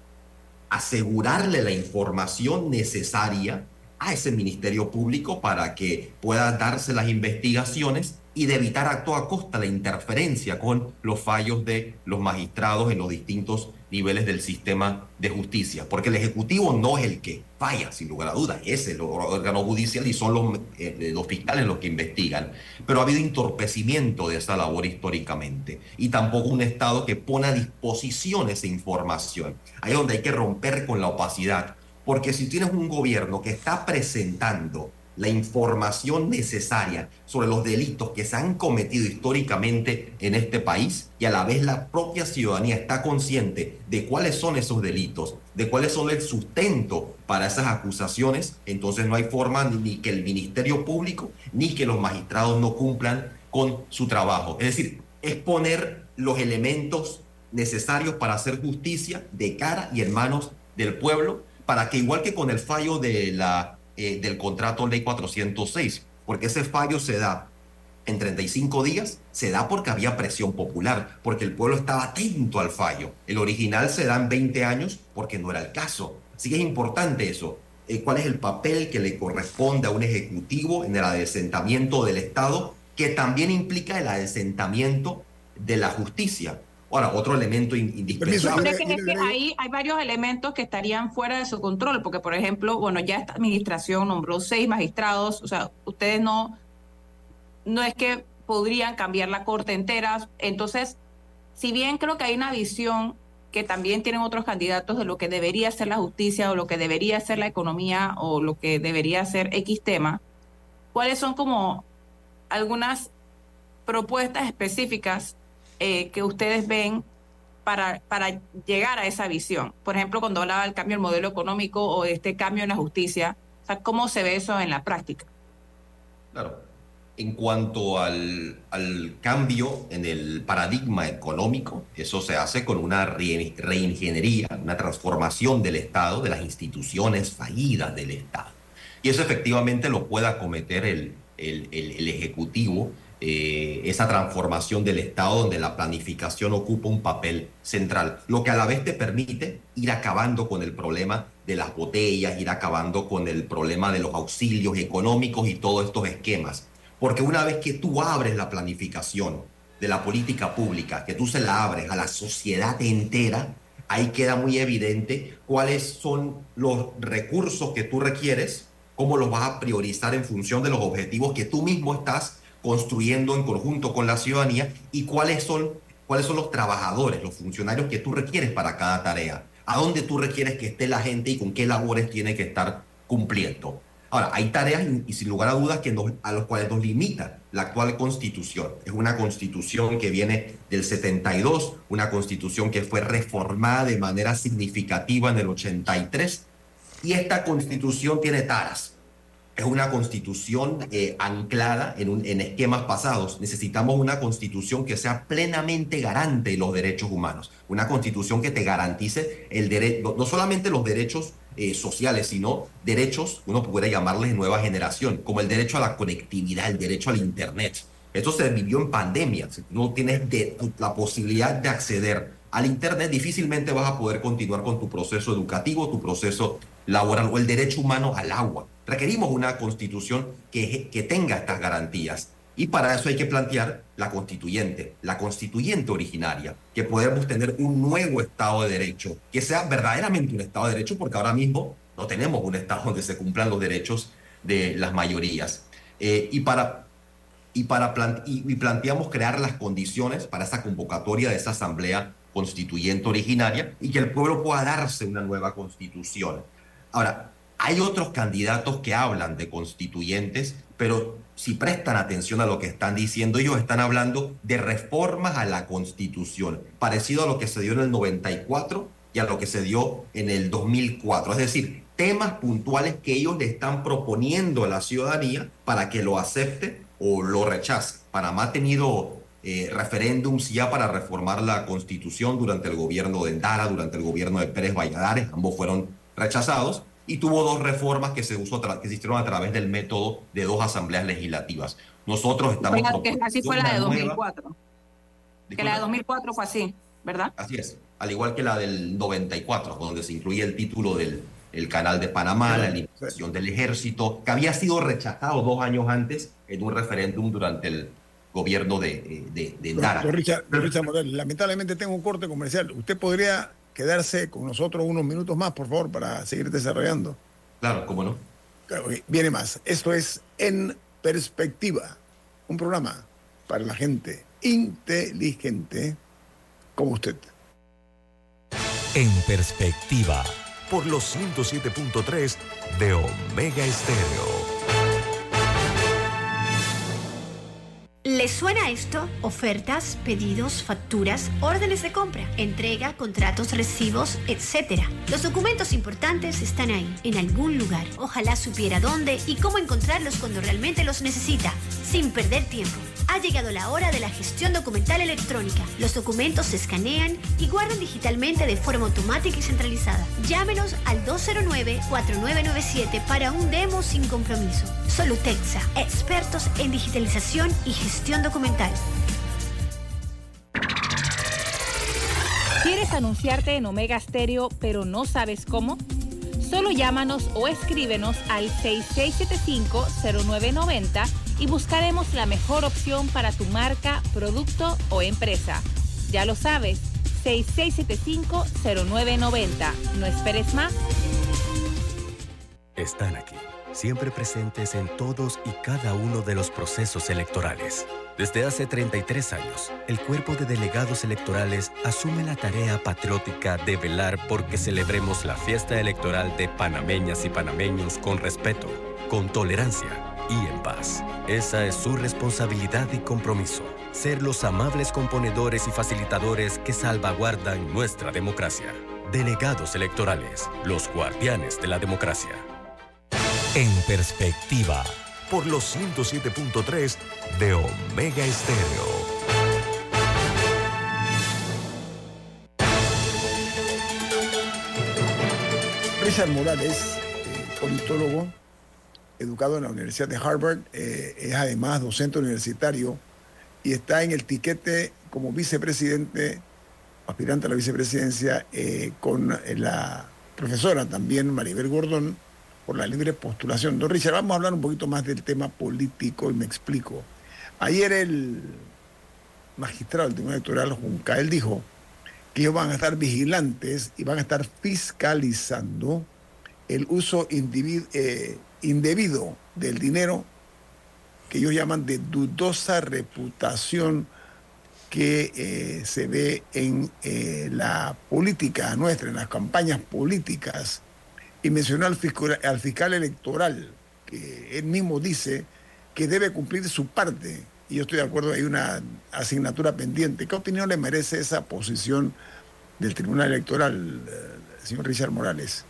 asegurarle la información necesaria a ese Ministerio Público para que pueda darse las investigaciones y de evitar a toda costa la interferencia con los fallos de los magistrados en los distintos niveles del sistema de justicia. Porque el Ejecutivo no es el que falla, sin lugar a dudas, es el órgano judicial y son los fiscales los que investigan. Pero ha habido entorpecimiento de esa labor históricamente y tampoco un Estado que pone a disposición esa información. Ahí es donde hay que romper con la opacidad. Porque si tienes un gobierno que está presentando la información necesaria sobre los delitos que se han cometido históricamente en este país y a la vez la propia ciudadanía está consciente de cuáles son esos delitos, de cuáles son el sustento para esas acusaciones, entonces no hay forma ni que el Ministerio Público ni que los magistrados no cumplan con su trabajo. Es decir, es poner los elementos necesarios para hacer justicia de cara y en manos del pueblo, para que igual que con el fallo del contrato Ley 406, porque ese fallo se da en 35 días, se da porque había presión popular, porque el pueblo estaba atento al fallo. El original se da en 20 años porque no era el caso. Así que es importante eso. ¿Cuál es el papel que le corresponde a un ejecutivo en el adecentamiento del Estado, que también implica el adecentamiento de la justicia? Ahora, otro elemento indispensable. Es que ahí hay varios elementos que estarían fuera de su control, porque, por ejemplo, bueno, ya esta administración nombró 6 magistrados, o sea, ustedes no es que podrían cambiar la corte entera. Entonces, si bien creo que hay una visión que también tienen otros candidatos de lo que debería ser la justicia o lo que debería ser la economía o lo que debería ser X tema, ¿cuáles son como algunas propuestas específicas que ustedes ven para llegar a esa visión? Por ejemplo, cuando hablaba del cambio del modelo económico o de este cambio en la justicia, o sea, ¿cómo se ve eso en la práctica? Claro. En cuanto al cambio en el paradigma económico, eso se hace con una reingeniería, una transformación del Estado, de las instituciones fallidas del Estado. Y eso efectivamente lo puede acometer el Ejecutivo, esa transformación del Estado donde la planificación ocupa un papel central, lo que a la vez te permite ir acabando con el problema de las botellas, ir acabando con el problema de los auxilios económicos y todos estos esquemas. Porque una vez que tú abres la planificación de la política pública, que tú se la abres a la sociedad entera, ahí queda muy evidente cuáles son los recursos que tú requieres, cómo los vas a priorizar en función de los objetivos que tú mismo estás construyendo en conjunto con la ciudadanía y cuáles son los trabajadores, los funcionarios que tú requieres para cada tarea, a dónde tú requieres que esté la gente y con qué labores tiene que estar cumpliendo. Ahora, hay tareas y sin lugar a dudas a los cuales nos limita la actual Constitución. Es una Constitución que viene del 72, una Constitución que fue reformada de manera significativa en el 83, y esta Constitución tiene taras. Es una Constitución anclada en esquemas pasados. Necesitamos una Constitución que sea plenamente garante de los derechos humanos. Una Constitución que te garantice no solamente los derechos sociales, sino derechos, uno pudiera llamarles de nueva generación, como el derecho a la conectividad, el derecho al Internet. Esto se vivió en pandemia. Si no tienes la posibilidad de acceder al Internet, difícilmente vas a poder continuar con tu proceso educativo, tu proceso laboral o el derecho humano al agua. Requerimos una Constitución que tenga estas garantías. Y para eso hay que plantear la constituyente originaria, que podamos tener un nuevo Estado de Derecho, que sea verdaderamente un Estado de Derecho, porque ahora mismo no tenemos un Estado donde se cumplan los derechos de las mayorías. Y planteamos crear las condiciones para esa convocatoria de esa Asamblea Constituyente originaria y que el pueblo pueda darse una nueva Constitución. Ahora, hay otros candidatos que hablan de constituyentes, pero si prestan atención a lo que están diciendo, ellos están hablando de reformas a la Constitución, parecido a lo que se dio en el 94 y a lo que se dio en el 2004. Es decir, temas puntuales que ellos le están proponiendo a la ciudadanía para que lo acepte o lo rechace. Panamá ha tenido referéndums ya para reformar la Constitución durante el gobierno de Endara, durante el gobierno de Pérez Valladares, ambos fueron rechazados, y tuvo 2 reformas que se hicieron a través del método de 2 asambleas legislativas. Nosotros estamos... Así fue la de 2004. Que la de 2004 fue así, ¿verdad? Así es, al igual que la del 94, donde se incluye el título del Canal de Panamá, la eliminación del ejército, que había sido rechazado 2 años antes en un referéndum durante el gobierno de Endara. Richard Morales, lamentablemente tengo un corte comercial. ¿Usted podría quedarse con nosotros unos minutos más, por favor, para seguir desarrollando? Claro, cómo no. Claro, viene más. Esto es En Perspectiva, un programa para la gente inteligente como usted. En Perspectiva, por los 107.3 de Omega Estéreo. ¿Les suena esto? Ofertas, pedidos, facturas, órdenes de compra, entrega, contratos, recibos, etc. Los documentos importantes están ahí, en algún lugar. Ojalá supiera dónde y cómo encontrarlos cuando realmente los necesita, sin perder tiempo. Ha llegado la hora de la gestión documental electrónica. Los documentos se escanean y guardan digitalmente de forma automática y centralizada. Llámenos al 209-4997 para un demo sin compromiso. Solutexa, expertos en digitalización y gestión documental. ¿Quieres anunciarte en Omega Stereo pero no sabes cómo? Solo llámanos o escríbenos al 6675-0990 y buscaremos la mejor opción para tu marca, producto o empresa. Ya lo sabes, 6675-0990. No esperes más. Están aquí, siempre presentes en todos y cada uno de los procesos electorales. Desde hace 33 años, el Cuerpo de Delegados Electorales asume la tarea patriótica de velar porque celebremos la fiesta electoral de panameñas y panameños con respeto, con tolerancia y en paz. Esa es su responsabilidad y compromiso, ser los amables componedores y facilitadores que salvaguardan nuestra democracia. Delegados Electorales, los guardianes de la democracia. En Perspectiva, por los 107.3 de Omega Estéreo. Richard Morales, politólogo, educado en la Universidad de Harvard, es además docente universitario y está en el tiquete como vicepresidente, aspirante a la vicepresidencia, con la profesora también, Maribel Gordón, por la libre postulación. Don Richard, vamos a hablar un poquito más del tema político y me explico. Ayer el magistrado del Tribunal Electoral, Juncal, dijo que ellos van a estar vigilantes y van a estar fiscalizando el uso indebido del dinero que ellos llaman de dudosa reputación que se ve en la política nuestra, en las campañas políticas. Y mencionó al fiscal electoral, que él mismo dice que debe cumplir su parte. Y yo estoy de acuerdo, hay una asignatura pendiente. ¿Qué opinión le merece esa posición del Tribunal Electoral, señor Richard Morales?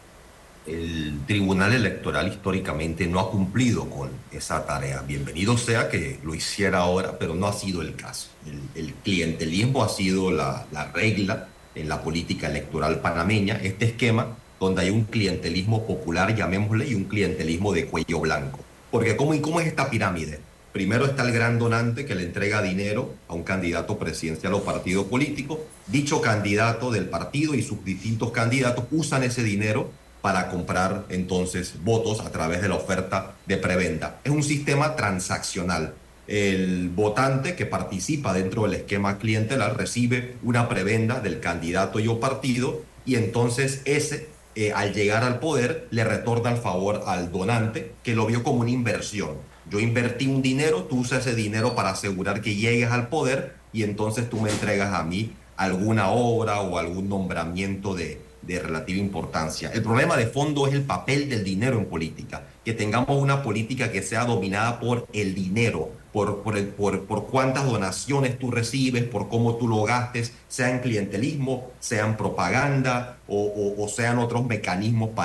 El Tribunal Electoral históricamente no ha cumplido con esa tarea. Bienvenido sea que lo hiciera ahora, pero no ha sido el caso. El clientelismo ha sido la regla en la política electoral panameña. Este esquema donde hay un clientelismo popular, llamémosle, y un clientelismo de cuello blanco. Porque ¿cómo es esta pirámide? Primero está el gran donante que le entrega dinero a un candidato presidencial o partido político. Dicho candidato del partido y sus distintos candidatos usan ese dinero para comprar entonces votos a través de la oferta de preventa. Es un sistema transaccional. El votante que participa dentro del esquema clientelar recibe una prebenda del candidato y o partido y entonces al llegar al poder le retorna el favor al donante que lo vio como una inversión. Yo invertí un dinero, tú usas ese dinero para asegurar que llegues al poder y entonces tú me entregas a mí alguna obra o algún nombramiento de relativa importancia. El problema de fondo es el papel del dinero en política, que tengamos una política que sea dominada por el dinero, por cuántas donaciones tú recibes, por cómo tú lo gastes, sea en clientelismo, sea en propaganda o sean otros mecanismos para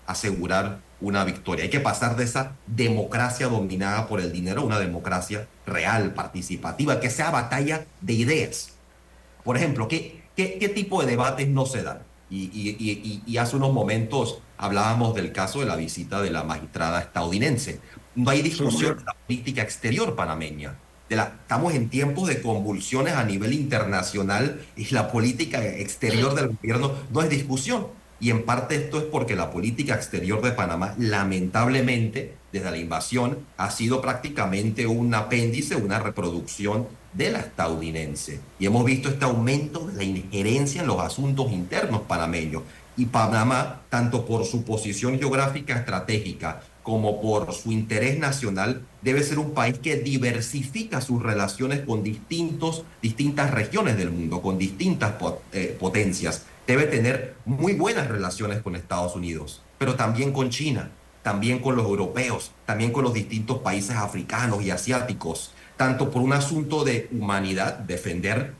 asegurar una victoria. Hay que pasar de esa democracia dominada por el dinero a una democracia real, participativa, que sea batalla de ideas. Por ejemplo, ¿qué tipo de debates no se dan? Y hace unos momentos hablábamos del caso de la visita de la magistrada estadounidense. No hay discusión de la política exterior panameña. Estamos en tiempos de convulsiones a nivel internacional y la política exterior del gobierno no es discusión. Y en parte esto es porque la política exterior de Panamá, lamentablemente, desde la invasión, ha sido prácticamente un apéndice, una reproducción de la estadounidense. Y hemos visto este aumento de la injerencia en los asuntos internos panameños. Y Panamá, tanto por su posición geográfica estratégica como por su interés nacional, debe ser un país que diversifica sus relaciones con distintas regiones del mundo, con distintas potencias. Debe tener muy buenas relaciones con Estados Unidos, pero también con China, también con los europeos, también con los distintos países africanos y asiáticos, tanto por un asunto de humanidad, defender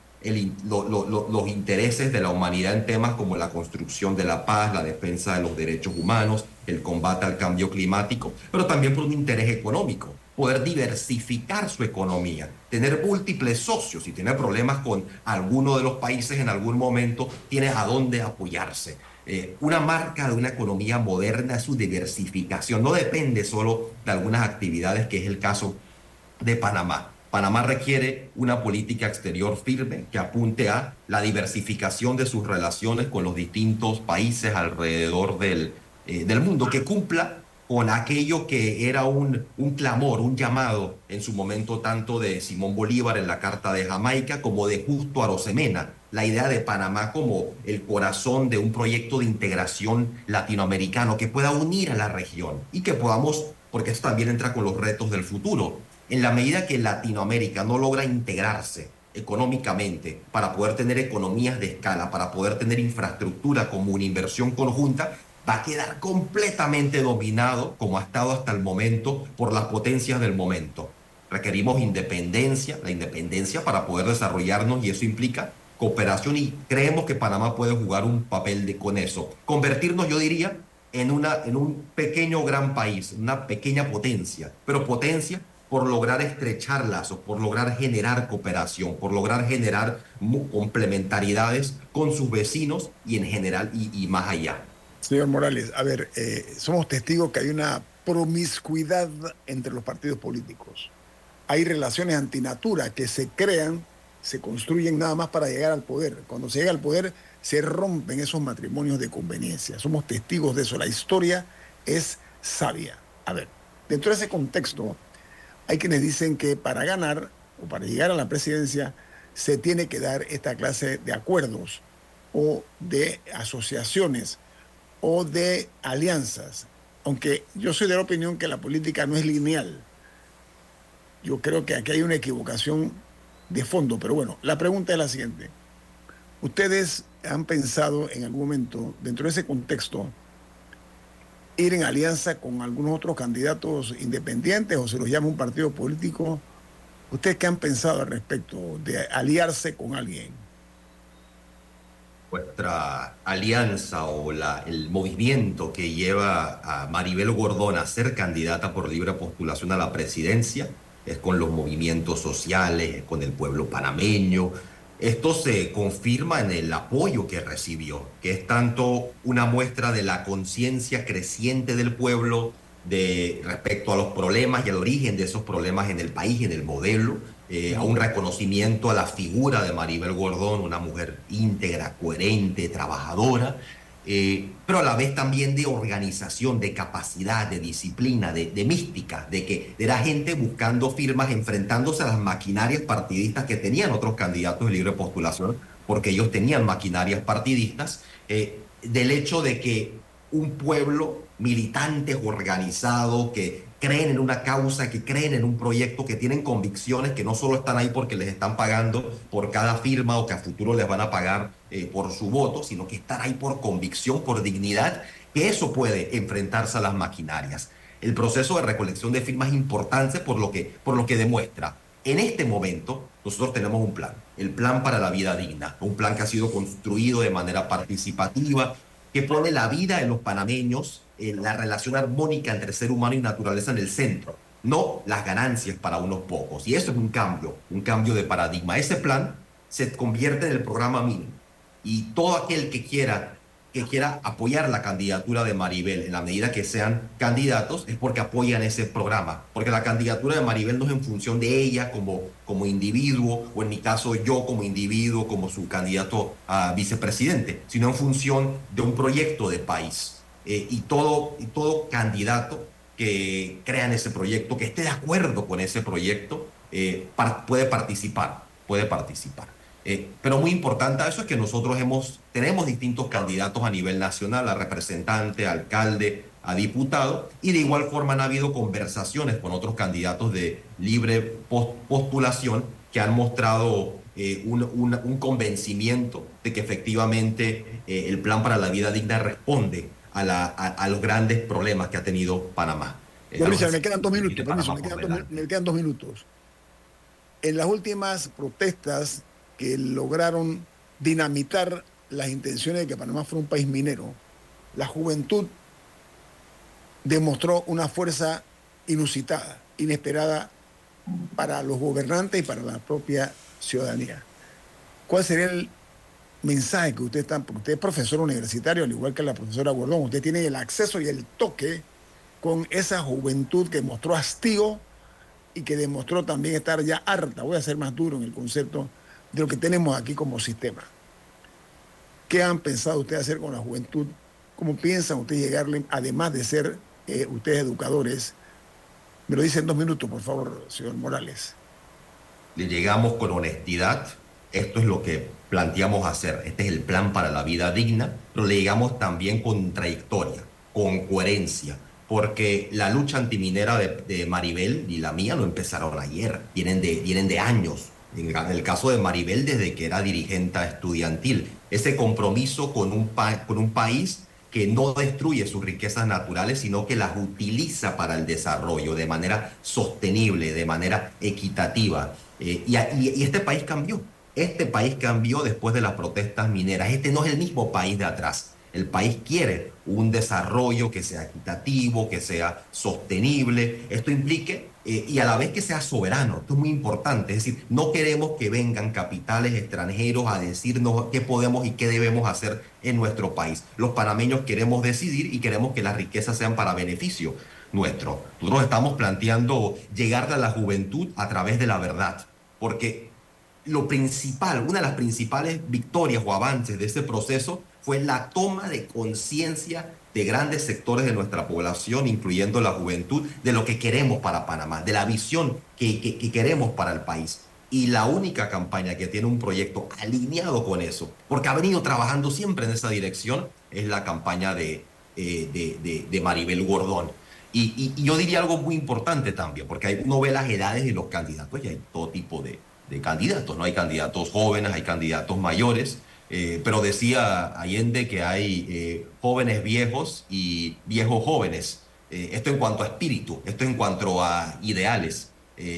los intereses de la humanidad en temas como la construcción de la paz, la defensa de los derechos humanos, el combate al cambio climático, pero también por un interés económico, poder diversificar su economía, tener múltiples socios. Si tiene problemas con alguno de los países en algún momento, tiene a dónde apoyarse. Una marca de una economía moderna es su diversificación, no depende solo de algunas actividades, que es el caso de Panamá. Panamá requiere una política exterior firme que apunte a la diversificación de sus relaciones con los distintos países alrededor del mundo, que cumpla con aquello que era un clamor, un llamado en su momento tanto de Simón Bolívar en la Carta de Jamaica como de Justo Arosemena, la idea de Panamá como el corazón de un proyecto de integración latinoamericano que pueda unir a la región y que podamos, porque esto también entra con los retos del futuro, en la medida que Latinoamérica no logra integrarse económicamente para poder tener economías de escala, para poder tener infraestructura común, inversión conjunta, va a quedar completamente dominado, como ha estado hasta el momento, por las potencias del momento. Requerimos independencia, la independencia para poder desarrollarnos, y eso implica cooperación, y creemos que Panamá puede jugar un papel con eso. Convertirnos, yo diría, en un pequeño gran país, una pequeña potencia, pero potencia por lograr estrechar lazos, por lograr generar cooperación, por lograr generar complementariedades con sus vecinos y en general y más allá. Señor Morales, a ver, somos testigos que hay una promiscuidad entre los partidos políticos. Hay relaciones antinatura que se crean, se construyen nada más para llegar al poder. Cuando se llega al poder, se rompen esos matrimonios de conveniencia. Somos testigos de eso. La historia es sabia. A ver, dentro de ese contexto, hay quienes dicen que para ganar o para llegar a la presidencia se tiene que dar esta clase de acuerdos o de asociaciones o de alianzas. Aunque yo soy de la opinión que la política no es lineal. Yo creo que aquí hay una equivocación de fondo. Pero bueno, la pregunta es la siguiente. ¿Ustedes han pensado en algún momento, dentro de ese contexto, ir en alianza con algunos otros candidatos independientes o se los llama un partido político? ¿Ustedes qué han pensado al respecto de aliarse con alguien? Nuestra alianza o el movimiento que lleva a Maribel Gordón a ser candidata por libre postulación a la presidencia es con los movimientos sociales, con el pueblo panameño. Esto se confirma en el apoyo que recibió, que es tanto una muestra de la conciencia creciente del pueblo respecto a los problemas y al origen de esos problemas en el país, en el modelo, a un reconocimiento a la figura de Maribel Gordón, una mujer íntegra, coherente, trabajadora, pero a la vez también de organización, de capacidad, de disciplina, de mística, de la gente buscando firmas, enfrentándose a las maquinarias partidistas que tenían otros candidatos de libre postulación, porque ellos tenían maquinarias partidistas, del hecho de que un pueblo militante, organizado, que creen en una causa, que creen en un proyecto, que tienen convicciones, que no solo están ahí porque les están pagando por cada firma o que a futuro les van a pagar por su voto, sino que están ahí por convicción, por dignidad, que eso puede enfrentarse a las maquinarias. El proceso de recolección de firmas es importante por lo que demuestra. En este momento nosotros tenemos un plan, el Plan para la Vida Digna, un plan que ha sido construido de manera participativa, que pone la vida de los panameños la relación armónica entre ser humano y naturaleza en el centro, no las ganancias para unos pocos. Y eso es un cambio de paradigma. Ese plan se convierte en el programa mínimo. Y todo aquel que quiera apoyar la candidatura de Maribel en la medida que sean candidatos es porque apoyan ese programa. Porque la candidatura de Maribel no es en función de ella como individuo, o en mi caso yo como individuo, como su candidato a vicepresidente, sino en función de un proyecto de país. Y todo candidato que crea en ese proyecto, que esté de acuerdo con ese proyecto, puede participar. Pero muy importante a eso es que nosotros tenemos distintos candidatos a nivel nacional, a representante, a alcalde, a diputado, y de igual forma han habido conversaciones con otros candidatos de libre postulación que han mostrado un convencimiento de que efectivamente el plan para la vida digna responde a los grandes problemas que ha tenido Panamá. Richard, me quedan 2 minutos, permiso, me quedan 2 minutos. En las últimas protestas que lograron dinamitar las intenciones de que Panamá fuera un país minero, la juventud demostró una fuerza inusitada, inesperada para los gobernantes y para la propia ciudadanía. ¿Cuál sería el mensaje que usted está, porque usted es profesor universitario, al igual que la profesora Gordón, usted tiene el acceso y el toque con esa juventud que mostró hastío y que demostró también estar ya harta, voy a ser más duro en el concepto, de lo que tenemos aquí como sistema? ¿Qué han pensado ustedes hacer con la juventud? ¿Cómo piensan ustedes llegarle, además de ser ustedes educadores? Me lo dicen 2 minutos, por favor, señor Morales. Le llegamos con honestidad. Esto es lo que planteamos hacer. Este es el plan para la vida digna, pero le llegamos también con trayectoria, con coherencia, porque la lucha antiminera de Maribel y la mía no empezaron ayer, vienen de años. En el caso de Maribel, desde que era dirigente estudiantil. Ese compromiso con un país que no destruye sus riquezas naturales, sino que las utiliza para el desarrollo de manera sostenible, de manera equitativa. Y este país cambió. Este país cambió después de las protestas mineras. Este no es el mismo país de atrás. El país quiere un desarrollo que sea equitativo, que sea sostenible. Esto implique, y a la vez que sea soberano. Esto es muy importante. Es decir, no queremos que vengan capitales extranjeros a decirnos qué podemos y qué debemos hacer en nuestro país. Los panameños queremos decidir y queremos que las riquezas sean para beneficio nuestro. Nosotros estamos planteando llegar a la juventud a través de la verdad. Porque lo principal, una de las principales victorias o avances de ese proceso fue la toma de conciencia de grandes sectores de nuestra población, incluyendo la juventud, de lo que queremos para Panamá, de la visión que queremos para el país. Y la única campaña que tiene un proyecto alineado con eso, porque ha venido trabajando siempre en esa dirección, es la campaña de Maribel Gordón. Y yo diría algo muy importante también, porque uno ve las edades de los candidatos y hay todo tipo de candidatos, ¿no? Hay candidatos jóvenes, hay candidatos mayores, pero decía Allende que hay jóvenes viejos y viejos jóvenes. Esto en cuanto a espíritu, esto en cuanto a ideales.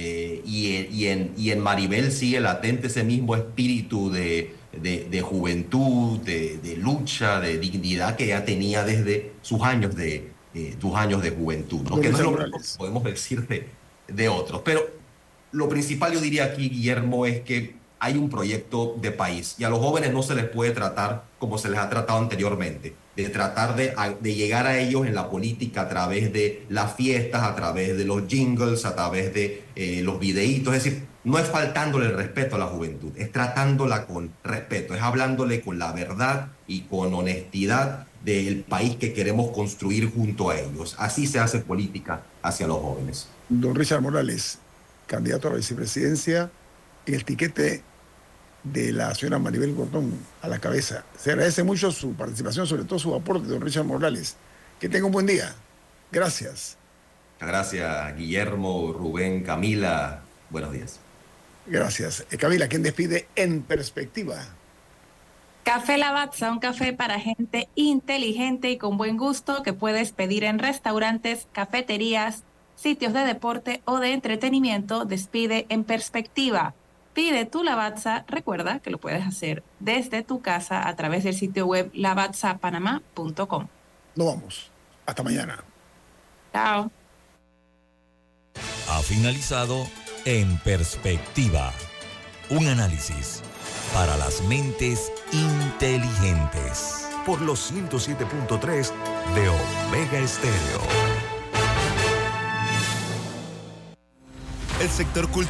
Y en Maribel sigue latente ese mismo espíritu de juventud, de lucha, de dignidad que ya tenía desde sus años de juventud, ¿no? Que no es lo que podemos decir de otros. Pero lo principal, yo diría aquí, Guillermo, es que hay un proyecto de país y a los jóvenes no se les puede tratar como se les ha tratado anteriormente, de tratar de llegar a ellos en la política a través de las fiestas, a través de los jingles, a través de los videitos. Es decir, no es faltándole el respeto a la juventud, es tratándola con respeto, es hablándole con la verdad y con honestidad del país que queremos construir junto a ellos. Así se hace política hacia los jóvenes. Don Richard Morales, candidato a la vicepresidencia, en el tiquete de la señora Maribel Gordón a la cabeza. Se agradece mucho su participación, sobre todo su aporte, don Richard Morales. Que tenga un buen día. Gracias. Gracias, Guillermo, Rubén, Camila. Buenos días. Gracias. Camila, ¿quién despide En Perspectiva? Café Lavazza, un café para gente inteligente y con buen gusto que puedes pedir en restaurantes, cafeterías, sitios de deporte o de entretenimiento. Despide En Perspectiva. Pide tu Lavazza. Recuerda que lo puedes hacer desde tu casa a travazza del sitio web lavazzapanamá.com. Nos vamos. Hasta mañana. Chao. Ha finalizado En Perspectiva, un análisis para las mentes inteligentes. Por los 107.3 de Omega Estéreo. El sector cultural